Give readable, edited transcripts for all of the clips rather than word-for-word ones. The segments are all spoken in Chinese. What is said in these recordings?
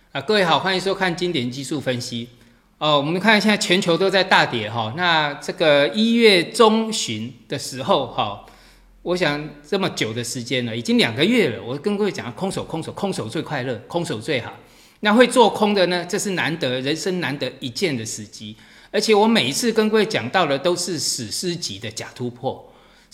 各位好，欢迎收看经典技术分析。我们看现在全球都在大跌哈，那这个1月中旬的时候哈，我想这么久的时间了，已经2个月了。我跟各位讲，空手最快乐，空手最好。那会做空的呢，这是人生难得一见的时机。而且我每一次跟各位讲到的都是史诗级的假突破，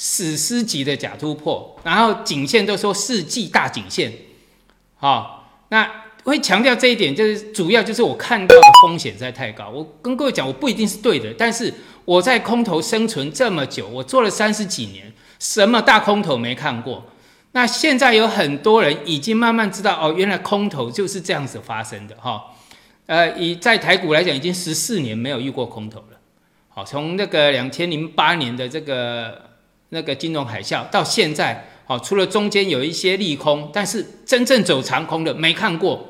然后颈线都说世纪大颈线，那会强调这一点，就是主要就是我看到的风险实在太高。我跟各位讲，我不一定是对的，但是我在空头生存这么久，我做了30几年，什么大空头没看过。那现在有很多人已经慢慢知道，原来空头就是这样子发生的在台股来讲，已经14年没有遇过空头了。从那个2008年的那个金融海啸到现在，除了中间有一些利空，但是真正走长空的没看过。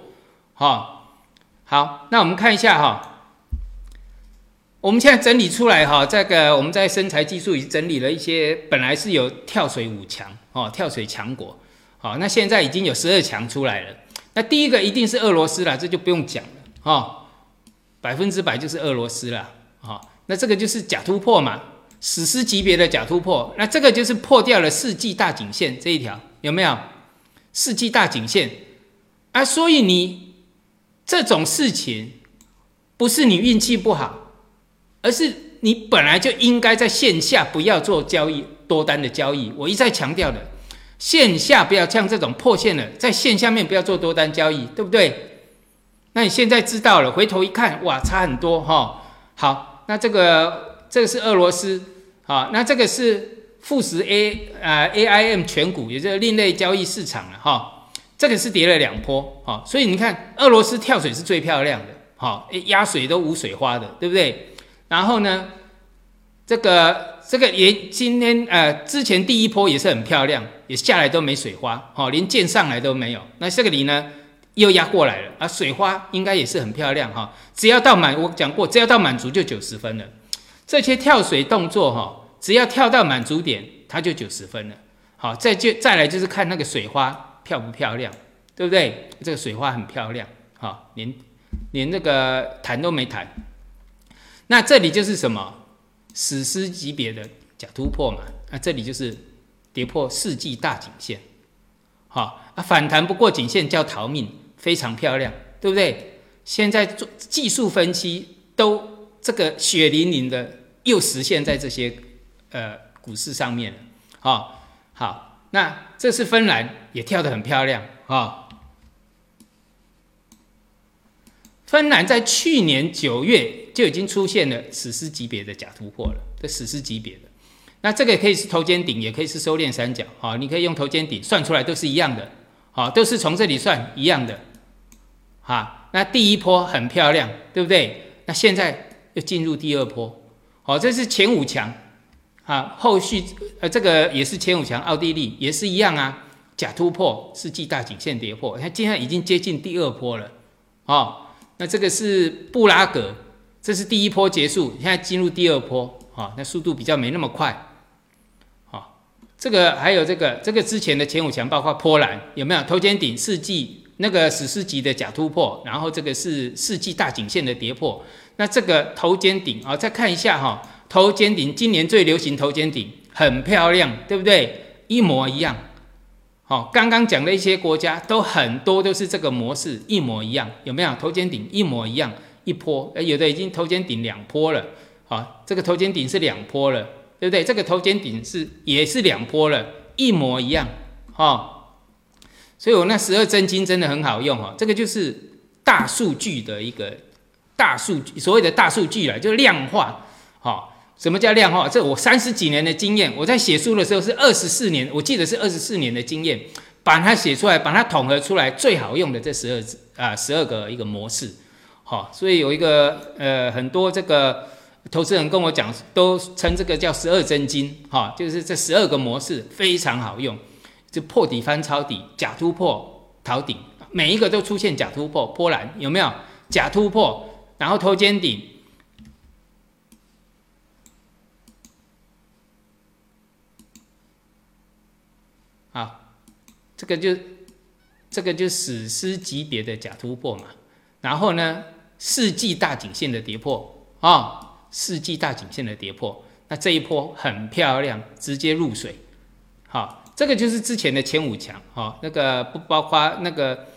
好，那我们看一下我们现在整理出来这个我们在生财技术已经整理了一些本来是有跳水5强跳水强国，那现在已经有12强出来了。那第一个一定是俄罗斯啦，这就不用讲了100%就是俄罗斯啦那这个就是假突破嘛，史诗级别的假突破。那这个就是破掉了世纪大颈线这一条，有没有？世纪大颈线所以你这种事情不是你运气不好，而是你本来就应该在线下不要做交易，多单的交易。我一再强调的，线下不要像这种破线了，在线下面不要做多单交易，对不对？那你现在知道了，回头一看，哇，差很多好，那这个是俄罗斯那这个是富时 AIM 全股，也就是另类交易市场了这个是跌了2波所以你看俄罗斯跳水是最漂亮的压水都无水花的，对不对？然后呢，这个也今天之前第一波也是很漂亮，也下来都没水花连剑上来都没有。那这个里呢又压过来了水花应该也是很漂亮只要到我讲过，只要到满足就90分了。这些跳水动作只要跳到满足点，它就90分了。再来就是看那个水花漂不漂亮，对不对？这个水花很漂亮连那个弹都没弹。那这里就是什么？史诗级别的假突破嘛。这里就是跌破世纪大颈线反弹不过颈线叫逃命，非常漂亮，对不对？现在做技术分析都这个血淋淋的又实现在这些股市上面了好，那这是芬兰也跳得很漂亮芬兰在去年9月就已经出现了史诗级别的假突破了，这史诗级别的。那这个也可以是头肩顶，也可以是收敛三角你可以用头肩顶算出来都是一样的都是从这里算一样的那第一波很漂亮，对不对？那现在又进入第2波这是前5强后续这个也是前5强，奥地利也是一样假突破世纪大颈线跌破，它现在已经接近第2波了那这个是布拉格，这是第1波结束，现在进入第2波那速度比较没那么快这个还有这个之前的前5强，包括波兰有没有头肩顶世纪那个史诗级的假突破，然后这个是世纪大颈线的跌破。那这个头肩顶再看一下头肩顶今年最流行头肩顶，很漂亮，对不对？一模一样刚刚讲的一些国家都很多都是这个模式，一模一样，有没有？头肩顶一模一样，一波，有的已经头肩顶2波了这个头肩顶是2波了，对不对？这个头肩顶也是2波了，一模一样所以我那12真经真的很好用这个就是大数据的一个大数据，所谓的大数据就是量化什么叫量化？这我30几年的经验，我在写书的时候是24年，我记得是24年的经验，把它写出来，把它统合出来最好用的这12个一个模式所以有一个很多这个投资人跟我讲，都称这个叫12真经就是这12个模式非常好用，就破底翻抄底，假突破逃顶，每一个都出现假突破。波兰有没有假突破？然后头肩顶这个就史诗级别的假突破嘛然后呢，世纪大颈线的跌破啊，世纪大颈线的跌破，那这一波很漂亮，直接入水。好，这个就是之前的前5强，哈，那个不包括那个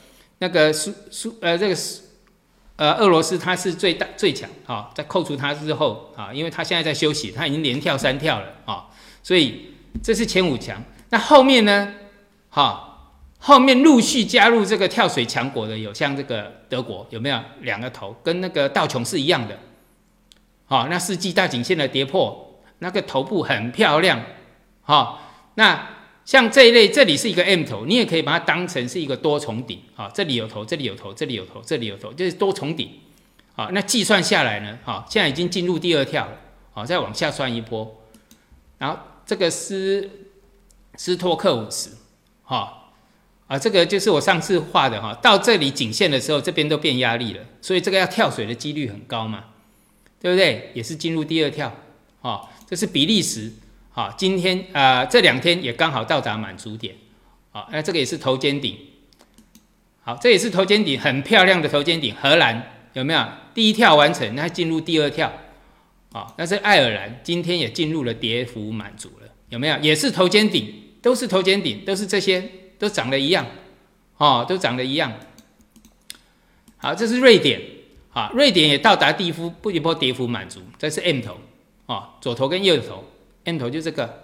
俄罗斯它是最强，哈，在扣除它之后啊，因为它现在在休息，它已经连跳3跳了啊，所以这是前5强。那后面呢，哈，后面陆续加入这个跳水强国的有像这个德国有没有2个头，跟那个道琼是一样的，好，那世纪大颈线的跌破，那个头部很漂亮，好。那像这一类，这里是一个 M 头，你也可以把它当成是一个多重顶啊，这里有头，这里有头，这里有头，这里有头，就是多重顶啊。那计算下来呢，啊，现在已经进入第2跳了，啊，再往下算一波，然后这个斯托克50，这个就是我上次画的哈，到这里颈线的时候，这边都变压力了，所以这个要跳水的几率很高嘛，对不对？也是进入第2跳，这是比利时。好，今天这2天也刚好到达满足点，好，那这个也是头肩顶，好，这也是头肩顶，很漂亮的头肩顶。荷兰有没有第1跳完成，那进入第2跳，好，那是爱尔兰今天也进入了跌幅满足了，有没有？也是头肩顶，都是头肩顶，都是这些都长得一样，都长得一样。好，这是瑞典，好，瑞典也到达一波跌幅满足，这是 M 头，左头跟右头。M 头就这个，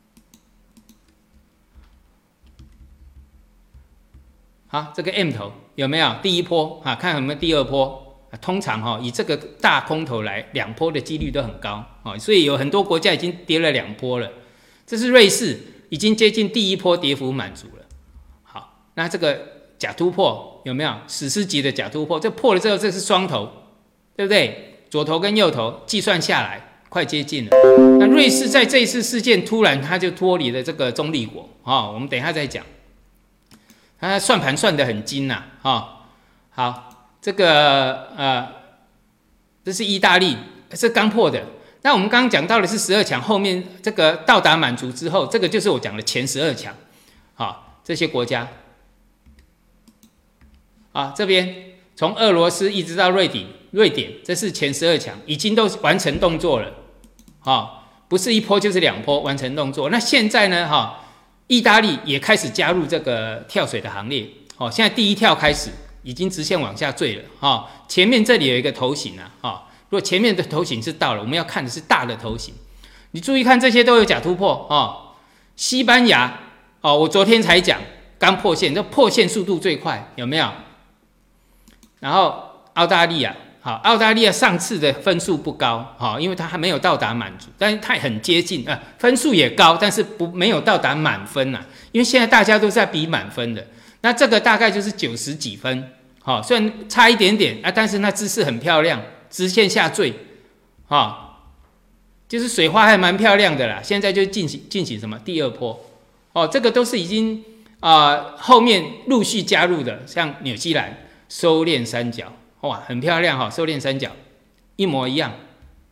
好，这个 M 头有没有第1波啊？看有没有第2波？通常以这个大空头来，2波的几率都很高所以有很多国家已经跌了2波了。这是瑞士，已经接近第1波跌幅满足了。好，那这个假突破有没有史诗级的假突破？这破了之后，这是双头，对不对？左头跟右头计算下来。快接近了。那瑞士在这一次事件突然它就脱离了这个中立国我们等一下再讲。它算盘算得很精呐好，这个这是意大利，是刚破的。那我们刚刚讲到的是12强，后面这个到达满足之后，这个就是我讲的前12强这些国家这边从俄罗斯一直到瑞典，这是前12强，已经都完成动作了。不是1波就是2波完成动作。那现在呢，意大利也开始加入这个跳水的行列。现在第1跳开始，已经直线往下坠了。前面这里有一个头型如果前面的头型是到了，我们要看的是大的头型。你注意看，这些都有假突破。西班牙我昨天才讲，刚破线，这破线速度最快，有没有？然后澳大利亚。好，澳大利亚上次的分数不高，因为它还没有到达满足，但是它很接近分数也高，但是没有到达满分因为现在大家都在比满分的，那这个大概就是90几分，虽然差一点点但是那姿势很漂亮，直线下坠，就是水花还蛮漂亮的啦。现在就进行什么第2波，这个都是已经后面陆续加入的，像纽西兰收敛三角。哇，很漂亮收敛三角一模一样，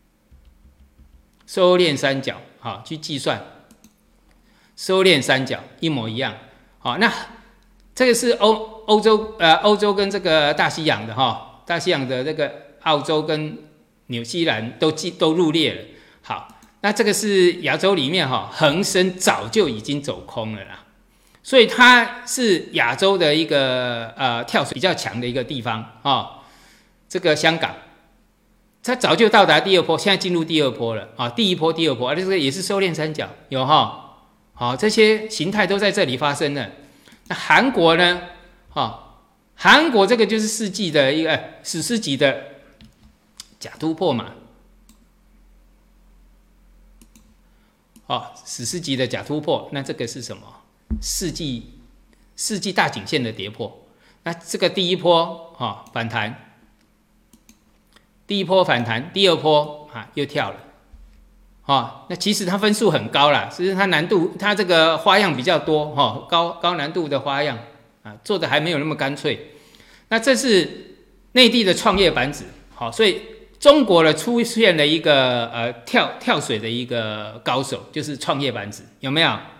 收敛三角去计算，收敛三角一模一样。那这个是欧洲跟这个大西洋的大西洋的这个澳洲跟纽西兰都入列了。好，那这个是亚洲里面恒生早就已经走空了啦，所以它是亚洲的一个跳水比较强的一个地方这个香港，它早就到达第2波，现在进入第2波了第1波、第2波这个也是收敛三角，有这些形态都在这里发生了。那韩国呢？韩国这个就是世纪的一个史诗级的假突破嘛，史诗级的假突破。那这个是什么？世纪大颈线的跌破。那这个第1波反弹。第1波反弹，第2波又跳了，那其实它分数很高啦，只是它难度，它这个花样比较多，高难度的花样做的还没有那么干脆。那这是内地的创业板指，所以中国的出现了一个跳水的一个高手，就是创业板指，有没有？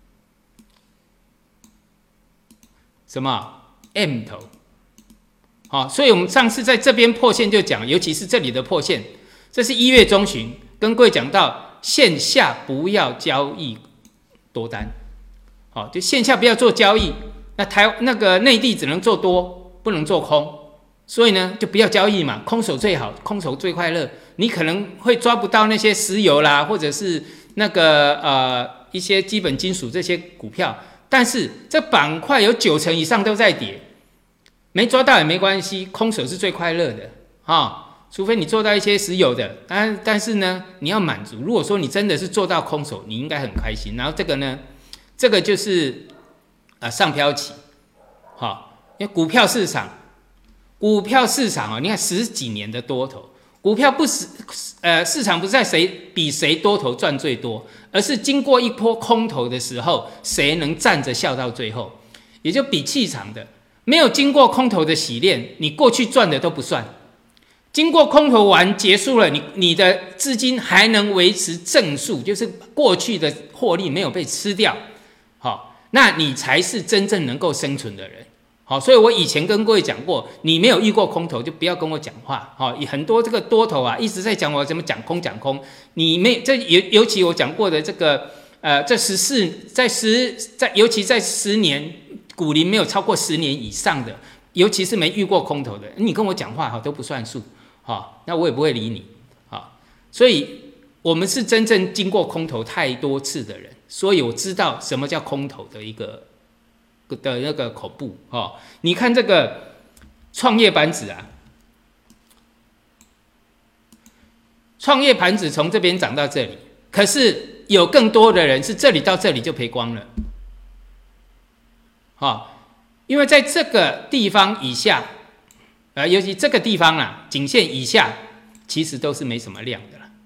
什么 M 头？ 好，所以我们上次在这边破线就讲，尤其是这里的破线，这是1月中旬跟各位讲到线下不要交易多单，好，就线下不要做交易，那个内地只能做多，不能做空，所以呢就不要交易嘛，空手最好，空手最快乐。你可能会抓不到那些石油啦，或者是那个一些基本金属这些股票，但是这板块有90%以上都在跌，没抓到也没关系，空手是最快乐的除非你做到一些石油的，但是呢你要满足。如果说你真的是做到空手，你应该很开心。然后这个呢，这个就是上飘期，因为股票市场你看10几年的多头，股票市场不是在比谁多头赚最多，而是经过一波空头的时候，谁能站着笑到最后，也就比气场的。没有经过空头的洗练，你过去赚的都不算。经过空头完结束了，你的资金还能维持正数，就是过去的获利没有被吃掉，那你才是真正能够生存的人。所以我以前跟各位讲过，你没有遇过空头就不要跟我讲话。很多这个多头一直在讲我怎么讲空，尤其我讲过的这个尤其在10年股龄没有超过10年以上的，尤其是没遇过空头的，你跟我讲话都不算数，那我也不会理你。所以我们是真正经过空头太多次的人，所以我知道什么叫空头的那个恐怖。你看这个创业板指创业板指从这边涨到这里，可是有更多的人是这里到这里就赔光了。因为在这个地方以下，尤其这个地方颈线以下，其实都是没什么量的了。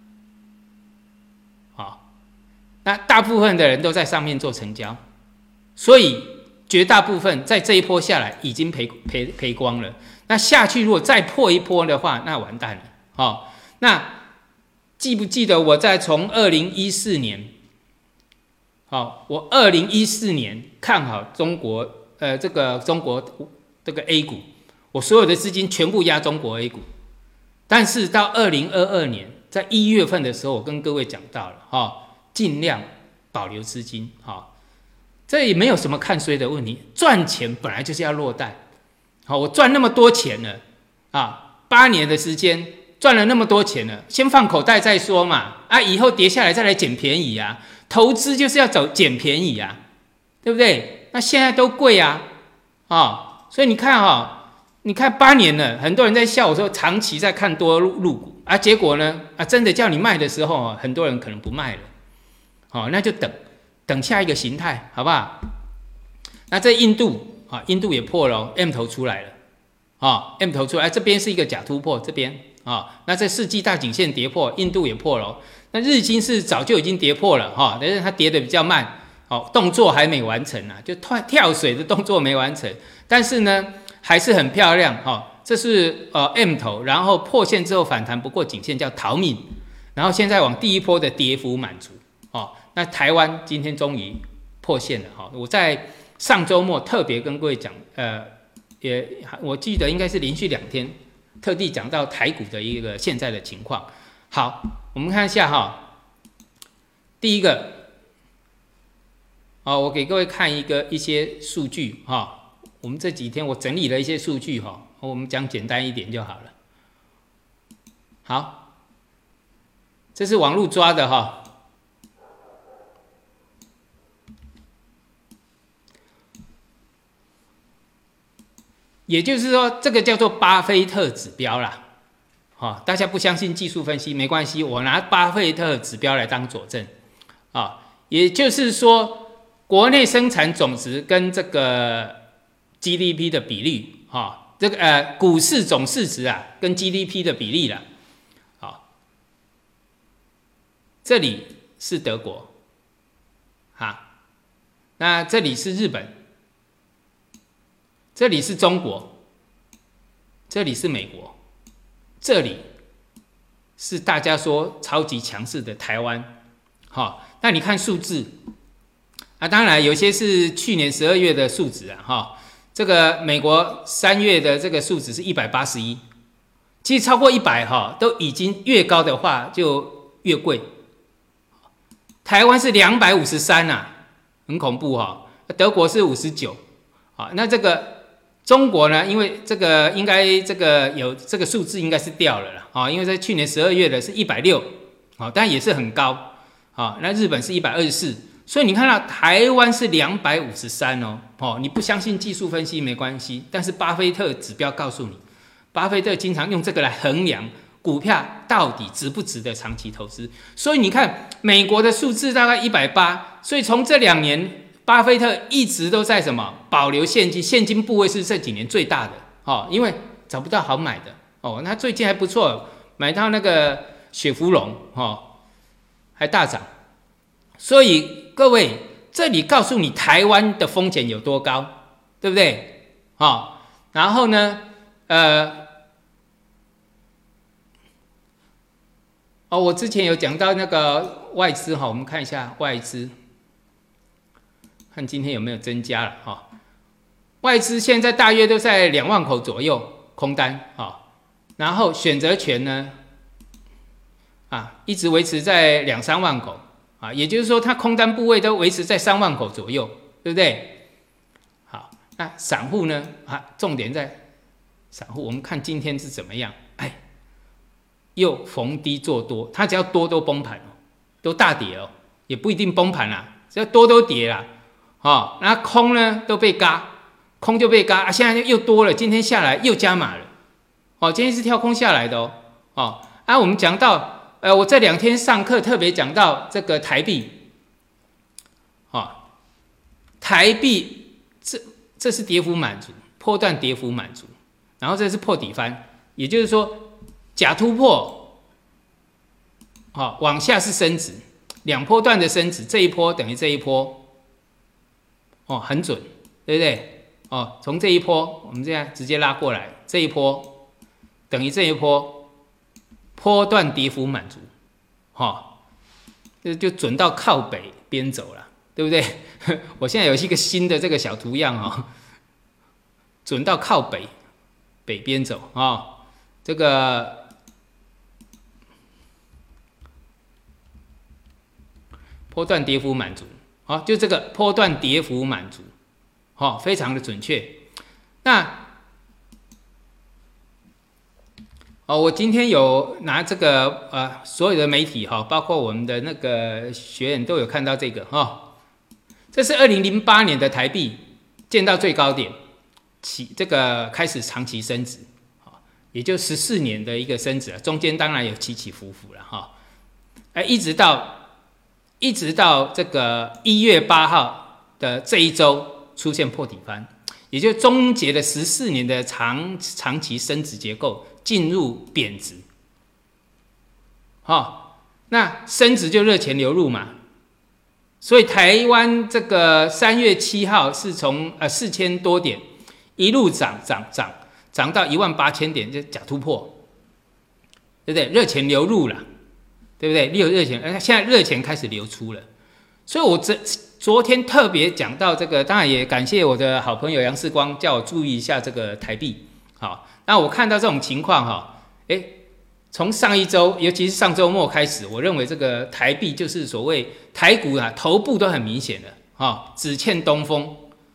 那大部分的人都在上面做成交，所以绝大部分在这一波下来已经赔光了。那下去如果再破一波的话，那完蛋了。那记不记得我在从2014年，我2014年看好中国这个A 股，我所有的资金全部压中国 A 股。但是到2022年在1月份的时候，我跟各位讲到了尽量保留资金。这也没有什么看衰的问题，赚钱本来就是要落袋。我赚那么多钱了8年的时间赚了那么多钱了，先放口袋再说嘛。以后跌下来再来捡便宜投资就是要捡便宜对不对？那现在都贵所以你看你看8年了，很多人在笑我说长期在看多入股结果呢真的叫你卖的时候很多人可能不卖了。那就等下一个形态，好不好？那这印度也破了M 头出来了M 头出来，这边是一个假突破，这边那这世纪大颈线跌破，印度也破了那日经是早就已经跌破了但是它跌得比较慢动作还没完成就跳水的动作没完成，但是呢还是很漂亮这是M 头，然后破线之后反弹不过颈线叫逃命，然后现在往第一波的跌幅满足那台湾今天终于破线了我在上周末特别跟各位讲我记得应该是连续2天特地讲到台股的一个现在的情况。好，我们看一下第一个我给各位看一些数据我们这几天我整理了一些数据我们讲简单一点就好了。好，这是网络抓的也就是说这个叫做巴菲特指标啦大家不相信技术分析没关系，我拿巴菲特指标来当佐证也就是说国内生产总值跟这个 GDP 的比例这个股市总市值跟 GDP 的比例啦这里是德国那这里是日本，这里是中国，这里是美国，这里是大家说超级强势的台湾那你看数字当然有些是去年12月的数值这个美国3月的这个数值是181，其实超过100哈，都已经越高的话就越贵。台湾是253啊，很恐怖哈。德国是59，好，那这个中国呢？因为这个应该这个有这个数字应该是掉了啦，啊，因为在去年12月的是160，好，但也是很高，好，那日本是124，所以你看到台湾是253哦，哦，你不相信技术分析没关系，但是巴菲特指标告诉你，巴菲特经常用这个来衡量股票到底值不值得长期投资，所以你看美国的数字大概180，所以从这2年。巴菲特一直都在什么保留现金，现金部位是这几年最大的哦，因为找不到好买的哦。那最近还不错，买到那个雪佛龙哦，还大涨。所以各位，这里告诉你台湾的风险有多高，对不对？哦，然后呢，我之前有讲到那个外资哈，我们看一下外资。看今天有没有增加了哈？外资现在大约都在2万口左右空单啊，然后选择权呢一直维持在2-3万口啊，也就是说它空单部位都维持在3万口左右，对不对？好，那散户呢重点在散户，我们看今天是怎么样？又逢低做多，它只要多都崩盘哦，都大跌哦，也不一定崩盘啦，只要多都跌啦。那空呢都被嘎，空就被嘎现在又多了，今天下来又加码了，今天是跳空下来的哦，我们讲到，我这2天上课特别讲到这个台币，台币这是跌幅满足，波段跌幅满足，然后这是破底翻，也就是说假突破，往下是升值，2波段的升值，这一波等于这一波。很准，对不对？从这一波，我们这样直接拉过来，这一波等于这一波波段跌幅满足，就准到靠北边走了，对不对？我现在有一个新的这个小图样准到靠北边走这个波段跌幅满足。就这个波段跌幅满足，非常的准确。那我今天有拿这个所有的媒体包括我们的那个学员都有看到这个这是2008年的台币见到最高点，这个开始长期升值，也就14年的一个升值，中间当然有起起伏伏了一直到这个1月8号的这一周出现破底翻，也就终结了14年的长期升值结构，进入贬值。那升值就热钱流入嘛，所以台湾这个3月7号是从4000多点一路涨到18000点，就假突破，对不对？热钱流入了。对不对？有热钱，现在热钱开始流出了，所以我昨天特别讲到这个，当然也感谢我的好朋友杨世光叫我注意一下这个台币。好，那我看到这种情况从上一周，尤其是上周末开始，我认为这个台币就是所谓台股头部都很明显的只欠东风。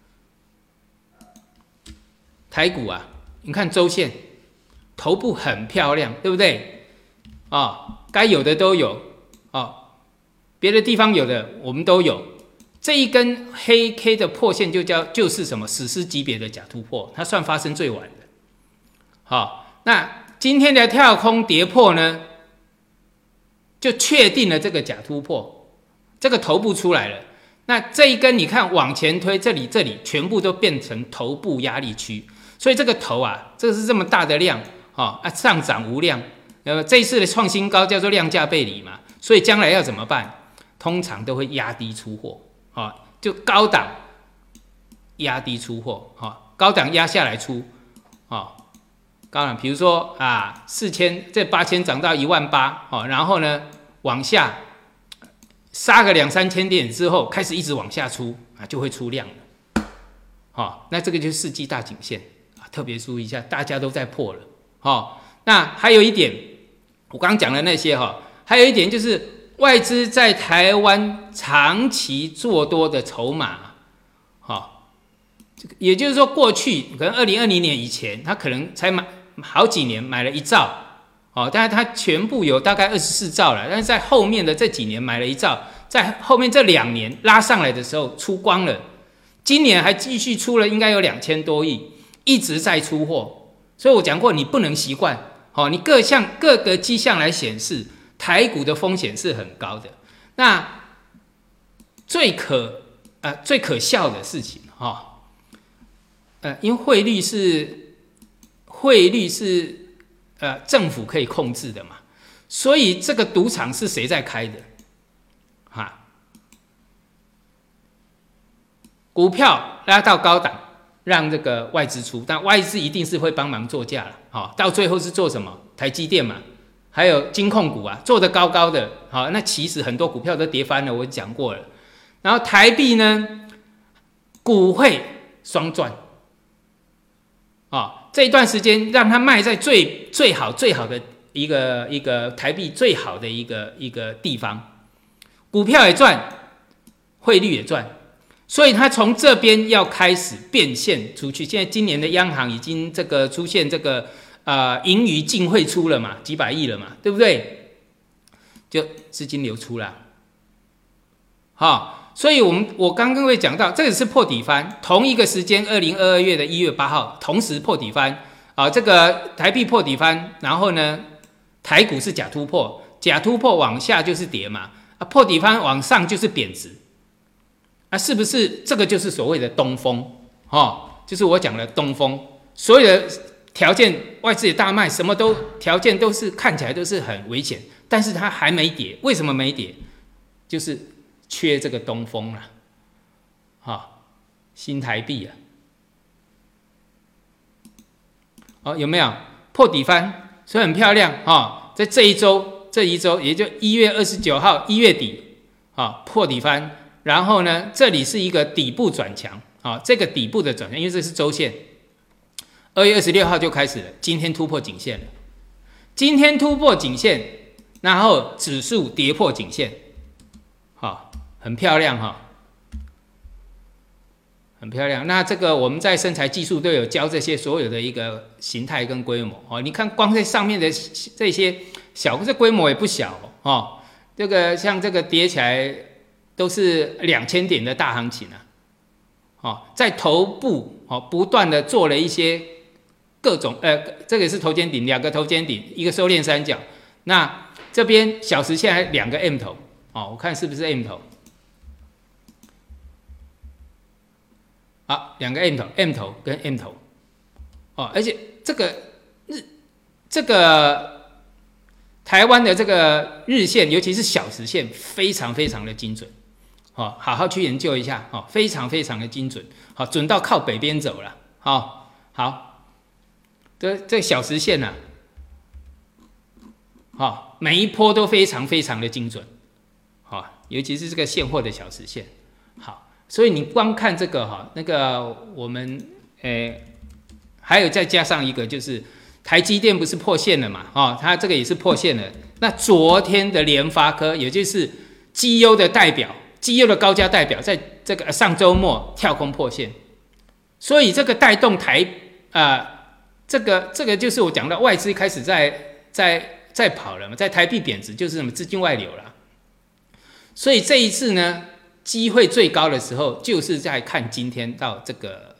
台股你看周线头部很漂亮，对不对？该有的都有别的地方有的我们都有。这一根黑 K 的破线就是什么史诗级别的假突破，它算发生最晚的。那今天的跳空跌破呢，就确定了这个假突破，这个头部出来了。那这一根你看往前推，这里全部都变成头部压力区，所以这个头这个是这么大的量上涨无量。这一次的创新高叫做量价背离嘛，所以将来要怎么办？通常都会压低出货，就高档压低出货，高档压下来出，高档，比如说4000，这8000涨到18000，然后呢往下杀个2-3千点之后，开始一直往下出就会出量了。 好，那这个就是世纪大颈线啊，特别注意一下，大家都在破了。好，那还有一点，我刚刚讲的那些哈，还有一点就是外资在台湾长期做多的筹码，好，也就是说过去可能2020年以前，他可能才买好几年买了1兆。哦，但是它全部有大概24兆了，但是在后面的这几年买了1兆，在后面这2年拉上来的时候出光了，今年还继续出了，应该有2000多亿，一直在出货。所以我讲过，你不能习惯，哦，你各个迹象来显示，台股的风险是很高的。那最可笑的事情，因为汇率是。政府可以控制的嘛，所以这个赌场是谁在开的？股票拉到高档，让这个外资出，但外资一定是会帮忙做价了。到最后是做什么？台积电嘛，还有金控股啊，做得高高的。那其实很多股票都跌翻了，我讲过了。然后台币呢，股汇双赚。这一段时间让它卖在最好的一个台币最好的一个地方，股票也赚，汇率也赚，所以它从这边要开始变现出去。现在今年的央行已经这个出现这个盈余净汇出了嘛，几百亿了嘛，对不对？就资金流出了，所以我刚刚会讲到，这个是破底翻，同一个时间，2022月1月8号，同时破底翻这个台币破底翻，然后呢，台股是假突破，假突破往下就是跌嘛，破底翻往上就是贬值，是不是这个就是所谓的东风？就是我讲的东风，所有的条件外资也大卖，什么都条件都是看起来都是很危险，但是它还没跌，为什么没跌？就是缺这个东风了，新台币有没有破底翻？所以很漂亮在这一周，也就1月29号1月底破底翻，然后呢，这里是一个底部转强这个底部的转强，因为这是周线，2月26号就开始了，今天突破颈线了，今天突破颈线，然后指数跌破颈线，很漂亮很漂亮。那这个我们在身材技术都有教这些所有的一个形态跟规模你看光在上面的这些小，这规模也不小这个像这个叠起来都是2000点的大行情在头部不断的做了一些各种这个是头肩顶，2个头肩顶，一个收敛三角。那这边小时线还2个 M 头我看是不是 M 头？2个 M 头跟 M 头而且这个台湾的这个日线，尤其是小时线，非常非常的精准好好去研究一下非常非常的精准准到靠北边走了好，这小时线每一波都非常非常的精准尤其是这个现货的小时线所以你光看这个那个我们还有再加上一个就是台积电不是破线了嘛它这个也是破线了。那昨天的联发科，也就是绩优的代表，绩优的高价代表，在这个上周末跳空破线，所以这个带动这个就是我讲的外资开始在跑了嘛，在台币贬值就是什么资金外流了。所以这一次呢，机会最高的时候，就是在看今天到这个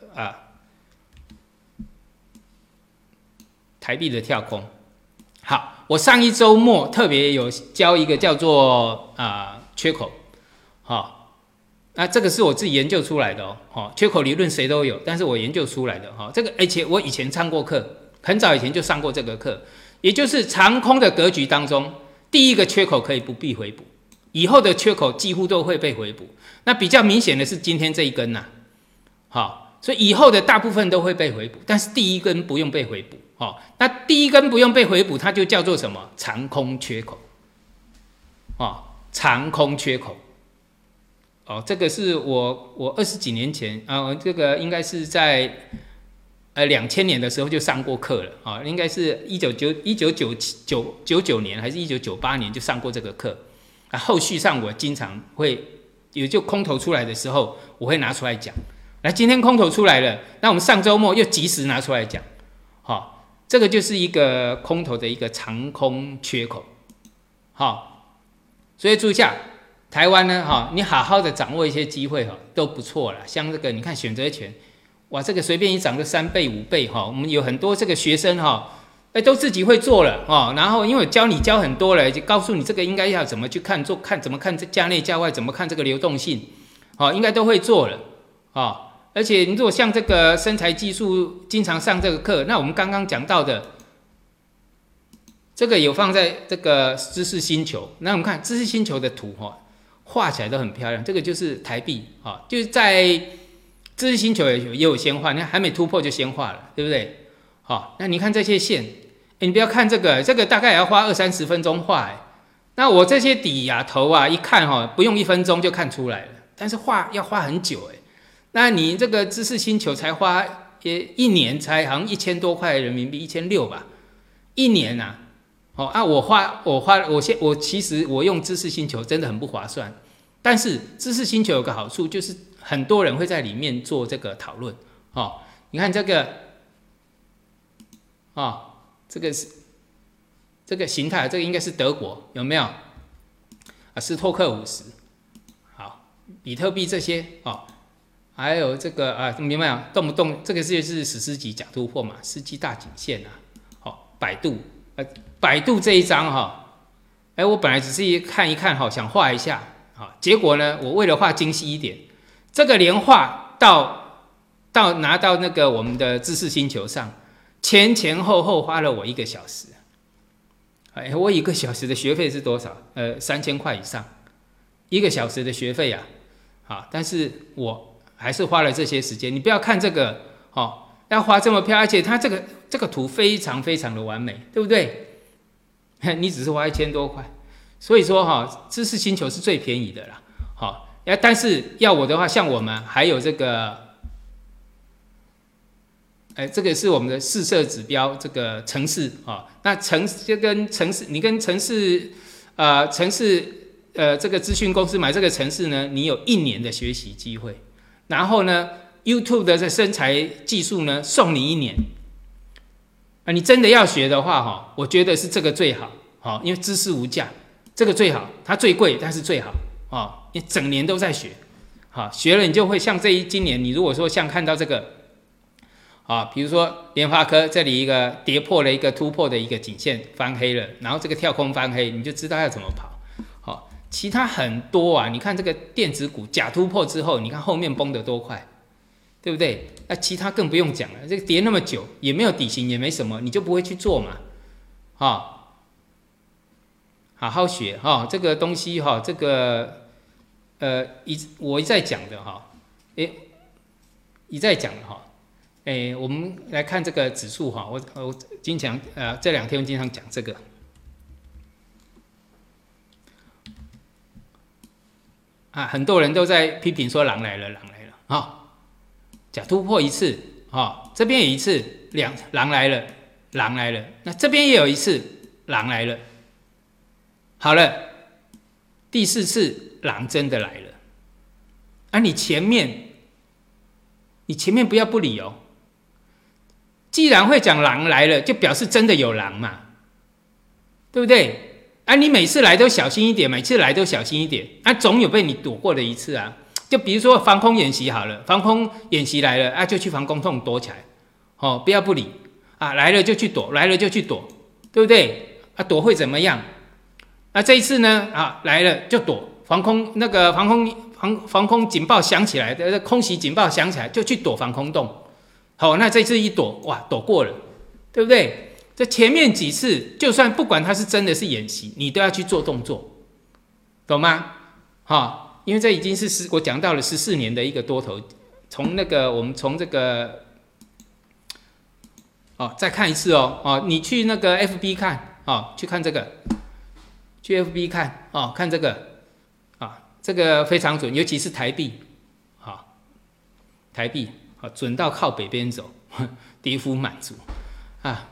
台币的跳空。好，我上一周末特别有教一个叫做缺口，那这个是我自己研究出来的缺口理论谁都有，但是我研究出来的这个，而且我以前上过课，很早以前就上过这个课，也就是长空的格局当中，第一个缺口可以不必回补，以后的缺口几乎都会被回补。那比较明显的是今天这一根所以以后的大部分都会被回补，但是第一根不用被回补那第一根不用被回补，它就叫做什么？长空缺口长空缺口这个是我20几年前这个应该是在2000年的时候就上过课了应该是1999年还是1998年就上过这个课后续上我经常会也就空头出来的时候我会拿出来讲。那今天空头出来了，那我们上周末又及时拿出来讲，这个就是一个空头的一个长空缺口，所以注意一下，台湾呢，你好好的掌握一些机会都不错了。像这个，你看选择权，哇，这个随便一涨就3倍5倍我们有很多这个学生都自己会做了然后因为教很多了，就告诉你这个应该要怎么去看怎么看价内价外，怎么看这个流动性，应该都会做了而且你如果像这个生财技术经常上这个课，那我们刚刚讲到的这个有放在这个知识星球，那我们看知识星球的图画起来都很漂亮，这个就是台币就是在知识星球也有先画，你看还没突破就先画了，对不对？那你看这些线，你不要看这个大概也要花20-30分钟画那我这些底头一看不用1分钟就看出来了，但是要画很久那你这个知识星球才花1年才好像1000多块人民币，1600吧，1年我其实我用知识星球真的很不划算，但是知识星球有个好处就是很多人会在里面做这个讨论你看这个这个形态，这个应该是德国有没有斯托克50，好，比特币这些还有这个明白吗？动不动这个是史诗级假突破嘛，世纪大颈线百度这一张我本来只是看一看想画一下结果呢，我为了画精细一点，这个连画到拿到那个我们的知识星球上，前后花了我1个小时。我1个小时的学费是多少？3000块以上，1个小时的学费但是我还是花了这些时间。你不要看这个要画这么漂亮，而且它这个图非常非常的完美，对不对？你只是花1000多块，所以说知识星球是最便宜的啦。但是要我的话，像我们还有这个，这个是我们的试色指标，这个程式那就跟程式，你跟程式这个资讯公司买这个程式呢，你有1年的学习机会。然后呢 ，YouTube 的这生财技术呢，送你1年。你真的要学的话我觉得是这个最好因为知识无价，这个最好，它最贵，但是最好你整年都在学学了你就会像今年你如果说像看到这个比如说联发科这里一个跌破了一个突破的一个颈线翻黑了，然后这个跳空翻黑，你就知道要怎么跑其他很多你看这个电子股假突破之后，你看後面崩得多快，对不对？那其他更不用讲了，这个跌那么久也没有底型也没什么，你就不会去做嘛好好学这个东西这个我一再讲的一再讲的我们来看这个指数我经常这2天经常讲这个很多人都在批评说狼来了假突破一次这边有一次狼来了，那这边也有一次狼来了，好了，第4次狼真的来了你前面不要不理既然会讲狼来了，就表示真的有狼嘛，对不对？你每次来都小心一点，每次来都小心一点总有被你躲过的一次就比如说防空演习好了，防空演习来了就去防空洞躲起来不要不理来了就去躲，来了就去躲，对不对？躲会怎么样？这一次呢来了就躲，防空警报响起来的空袭警报响起来就去躲防空洞。那这次一躲，哇，躲过了，对不对？这前面几次，就算不管它是真的是演习，你都要去做动作，懂吗？因为这已经是我讲到了14年的一个多头，我们从这个再看一次你去那个 FB 看去看这个，去 FB 看看这个这个非常准，尤其是台币，好，台币好准到靠北边走，跌幅满足啊。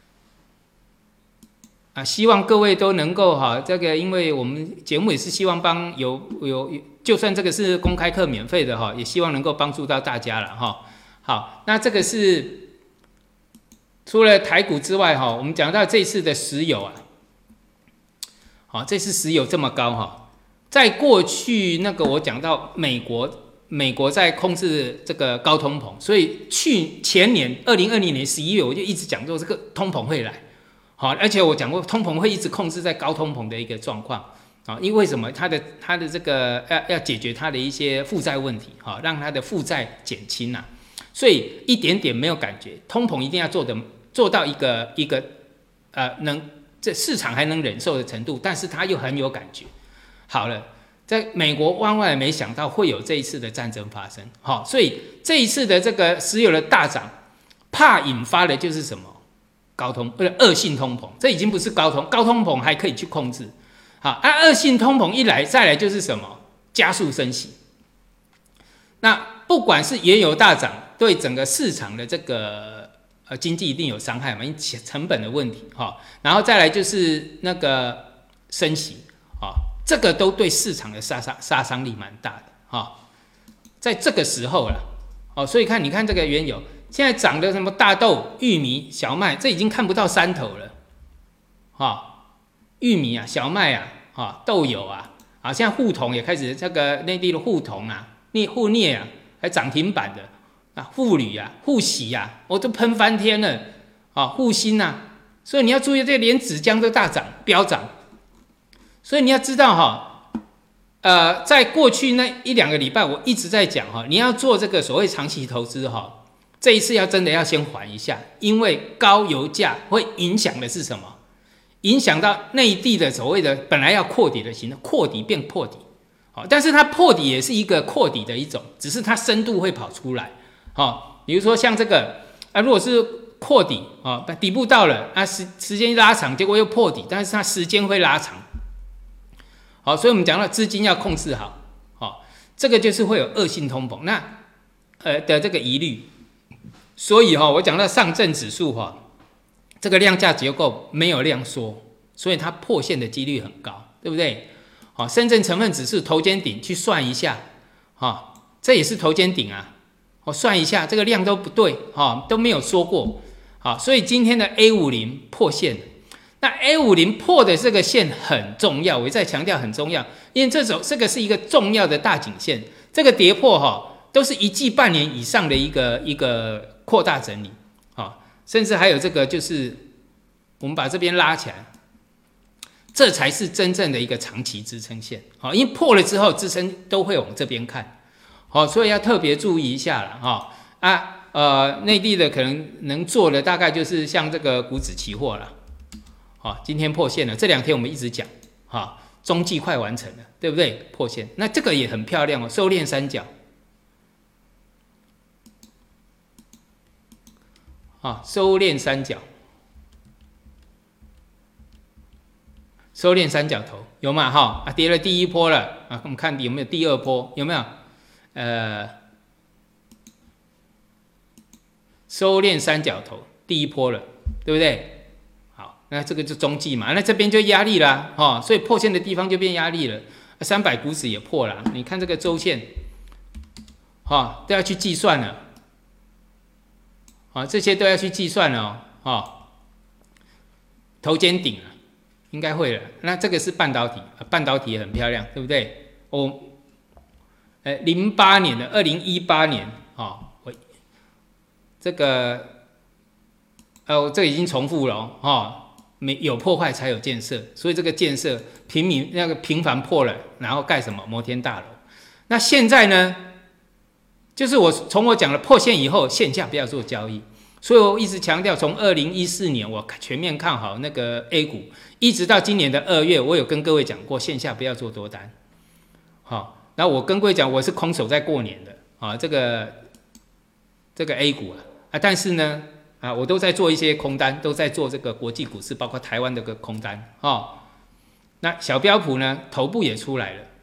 希望各位都能够这个，因为我们节目也是希望帮就算这个是公开课免费的也希望能够帮助到大家了好，那这个是除了台股之外我们讲到这次的石油这次石油这么高在过去那个我讲到美国在控制这个高通膨，所以前年2020年11月我就一直讲说这个通膨会来。而且我讲过，通膨会一直控制在高通膨的一个状况因为什么？它的这个要解决它的一些负债问题让它的负债减轻所以一点点没有感觉，通膨一定要做到一个这市场还能忍受的程度，但是它又很有感觉。好了，在美国万万没想到会有这一次的战争发生所以这一次的这个石油的大涨，怕引发的就是什么？恶性通膨，这已经不是高通膨还可以去控制，恶性通膨一来，再来就是什么？加速升息。那不管是原油大涨，对整个市场的这个经济一定有伤害嘛，因为成本的问题然后再来就是那个升息这个都对市场的杀伤力蛮大的在这个时候了所以你看这个原油。现在涨的什么大豆、玉米、小麦，这已经看不到山头了，玉米小麦豆油现在沪铜也开始，这个内地的沪铜沪镍还涨停板的沪铝沪锡我都喷翻天了沪锌所以你要注意，这连纸浆都大涨飙涨，所以你要知道在过去那1-2个礼拜，我一直在讲你要做这个所谓长期投资这一次真的要先缓一下，因为高油价会影响的是什么？影响到内地的所谓的本来要扩底的形态，扩底变破底，但是它破底也是一个扩底的一种，只是它深度会跑出来，比如说像这个如果是扩底底部到了时间拉长，结果又破底，但是它时间会拉长，所以我们讲到资金要控制好，这个就是会有恶性通膨的这个疑虑。所以我讲到上证指数这个量价结构没有量缩，所以它破线的几率很高，对不对？深圳成分指数头肩顶去算一下这也是头肩顶算一下这个量都不对都没有缩过所以今天的 A50 破线了。那 A50 破的这个线很重要，我再强调很重要，因为这个是一个重要的大颈线，这个跌破都是1季半年以上的一个扩大整理甚至还有这个就是我们把这边拉起来，这才是真正的一个长期支撑线因为破了之后支撑都会往这边看所以要特别注意一下了内地的可能能做的大概就是像这个股指期货了今天破线了，这2天我们一直讲中继快完成了，对不对？破线，那这个也很漂亮收敛三角收敛三角，收敛三角头有吗？跌了第一波了我们看有没有第二波，有没有？收敛三角头第一波了，对不对？好，那这个就中继嘛，那这边就压力啦所以破线的地方就变压力了。300股指也破了，你看这个周线都要去计算了。这些都要去计算了头肩顶应该会了。那这个是半导体，半导体也很漂亮，对不对？08年的2018年这个这已经重复了有破坏才有建设，所以这个建设频繁破了，然后盖什么摩天大楼。那现在呢？就是从我讲了破线以后，线下不要做交易，所以我一直强调，从2014年我全面看好那个 A 股，一直到今年的2月，我有跟各位讲过，线下不要做多单。然后我跟各位讲，我是空手在过年的这个 A 股但是呢我都在做一些空单，都在做这个国际股市，包括台湾的个空单那小标普呢，头部也出来了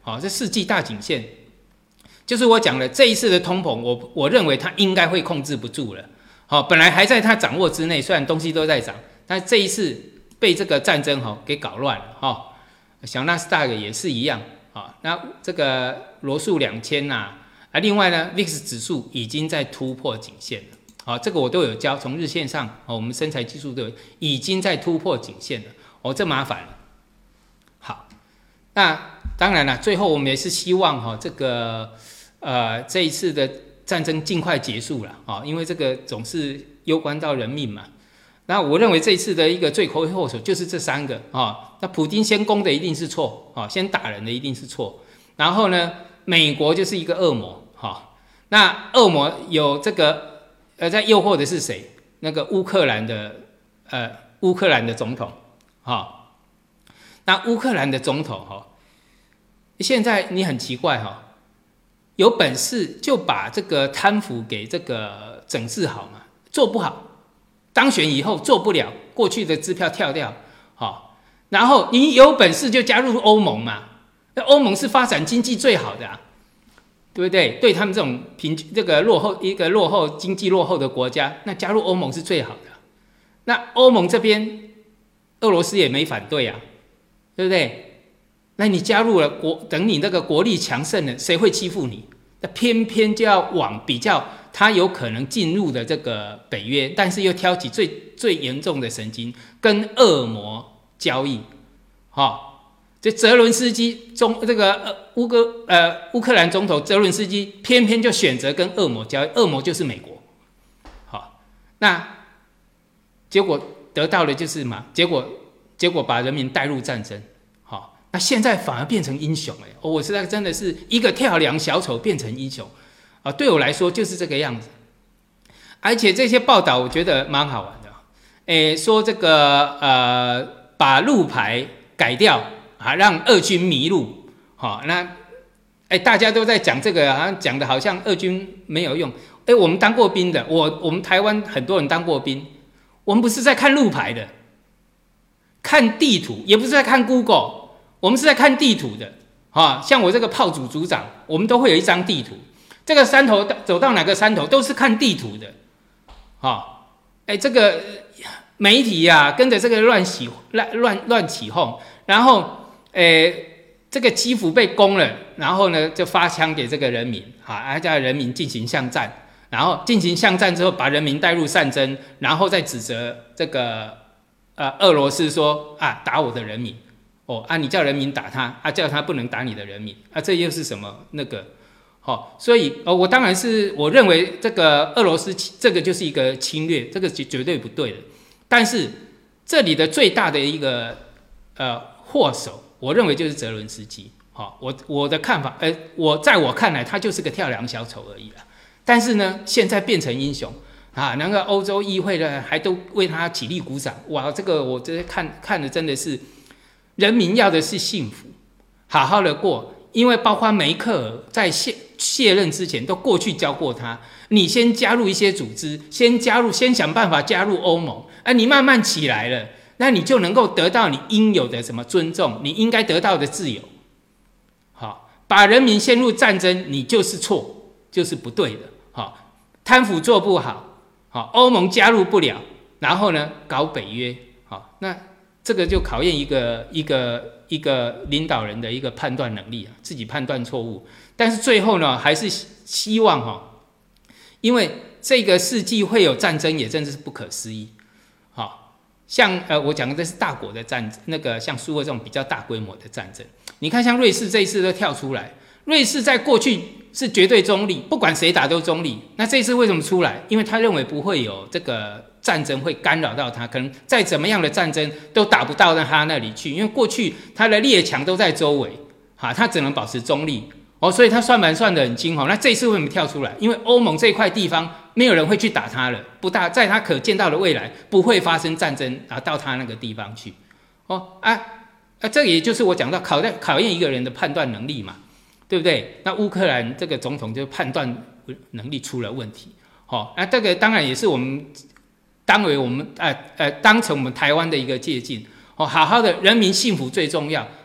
好，这世纪大颈线，就是我讲的这一次的通膨，我认为它应该会控制不住了。好，本来还在它掌握之内，虽然东西都在涨，但这一次被这个战争给搞乱了哈。小纳斯达克也是一样啊，那这个罗素2000另外呢 ，VIX 指数已经在突破颈线了。好，这个我都有教，从日线上我们生财技术都已经在突破颈线了。这麻烦了。好，那当然了，最后我们也是希望这个这一次的战争尽快结束了啊，因为这个总是攸关到人命嘛。那我认为这一次的一个罪魁祸首就是这3个啊。那普丁先攻的一定是错啊，先打人的一定是错。然后呢，美国就是一个恶魔哈。那恶魔有这个在诱惑的是谁？那个乌克兰的总统哈。那乌克兰的总统现在你很奇怪有本事就把这个贪腐给这个整治好嘛，做不好，当选以后做不了，过去的支票跳掉，然后你有本事就加入欧盟嘛，那欧盟是发展经济最好的对不对？对他们这种这个经济落后的国家，那加入欧盟是最好的。那欧盟这边，俄罗斯也没反对对不对？那你加入了等你那个国力强盛了，谁会欺负你？那偏偏就要往比较他有可能进入的这个北约，但是又挑起最严重的神经，跟恶魔交易。这泽伦斯基这个乌克兰总统泽伦斯基偏偏就选择跟恶魔交易，恶魔就是美国。那结果得到的就是结果把人民带入战争。那现在反而变成英雄我实在真的是一个跳梁小丑变成英雄对我来说就是这个样子。而且这些报道我觉得蛮好玩的说这个把路牌改掉让俄军迷路那大家都在讲这个好像讲的好像俄军没有用我们当过兵的，我们台湾很多人当过兵，我们不是在看路牌的，看地图，也不是在看 Google， 我们是在看地图的像我这个炮组组长，我们都会有一张地图，这个山头走到哪个山头都是看地图的这个媒体跟着这个乱起哄，然后这个基辅被攻了，然后呢就发枪给这个人民叫人民进行巷战，然后进行巷战之后把人民带入战争，然后再指责这个俄罗斯说打我的人民你叫人民打他叫他不能打你的人民这又是什么那个所以我当然是我认为这个俄罗斯这个就是一个侵略，这个绝对不对的。但是这里的最大的一个祸首，我认为就是泽伦斯基我的看法在我看来他就是个跳梁小丑而已啦。但是呢现在变成英雄那个欧洲议会呢还都为他起立鼓掌。哇，这个我这看的真的是人民要的是幸福，好好的过。因为包括梅克尔在卸任之前都过去教过他，你先加入一些组织，先想办法加入欧盟你慢慢起来了，那你就能够得到你应有的什么尊重，你应该得到的自由。把人民陷入战争，你就是错，就是不对的。贪腐做不好，欧盟加入不了，然后呢搞北约，那这个就考验一个领导人的一个判断能力自己判断错误。但是最后呢还是希望因为这个世纪会有战争也真的是不可思议像我讲的这是大国的战争，那个像苏俄这种比较大规模的战争，你看像瑞士这一次都跳出来，瑞士在过去是绝对中立，不管谁打都中立，那这一次为什么出来？因为他认为不会有这个战争会干扰到他，可能再怎么样的战争都打不到他那里去，因为过去他的列强都在周围他只能保持中立所以他算盘算得很精那这一次为什么跳出来？因为欧盟这块地方没有人会去打他了，在他可见到的未来不会发生战争到他那个地方去这也就是我讲到考验一个人的判断能力嘛，对不对？那乌克兰这个总统就判断能力出了问题这个当然也是我们当成我们台湾的一个借鉴好好的人民幸福最重要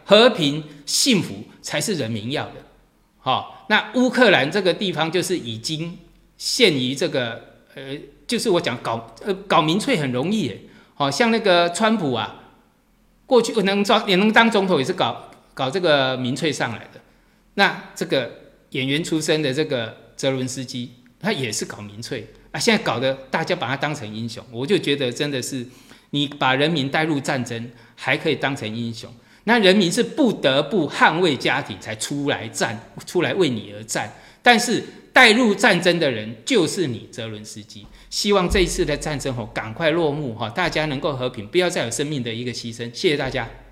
和平幸福才是人民要的。好，那乌克兰这个地方就是已经陷于这个就是我讲搞民粹很容易耶。好像那个川普啊，过去也能当总统，也是搞这个民粹上来的。那这个演员出身的这个泽伦斯基，他也是搞民粹啊，现在搞得大家把他当成英雄，我就觉得真的是你把人民带入战争，还可以当成英雄。那人民是不得不捍卫家庭才出来为你而战，但是带入战争的人就是你泽伦斯基。希望这一次的战争赶快落幕，大家能够和平，不要再有生命的一个牺牲。谢谢大家。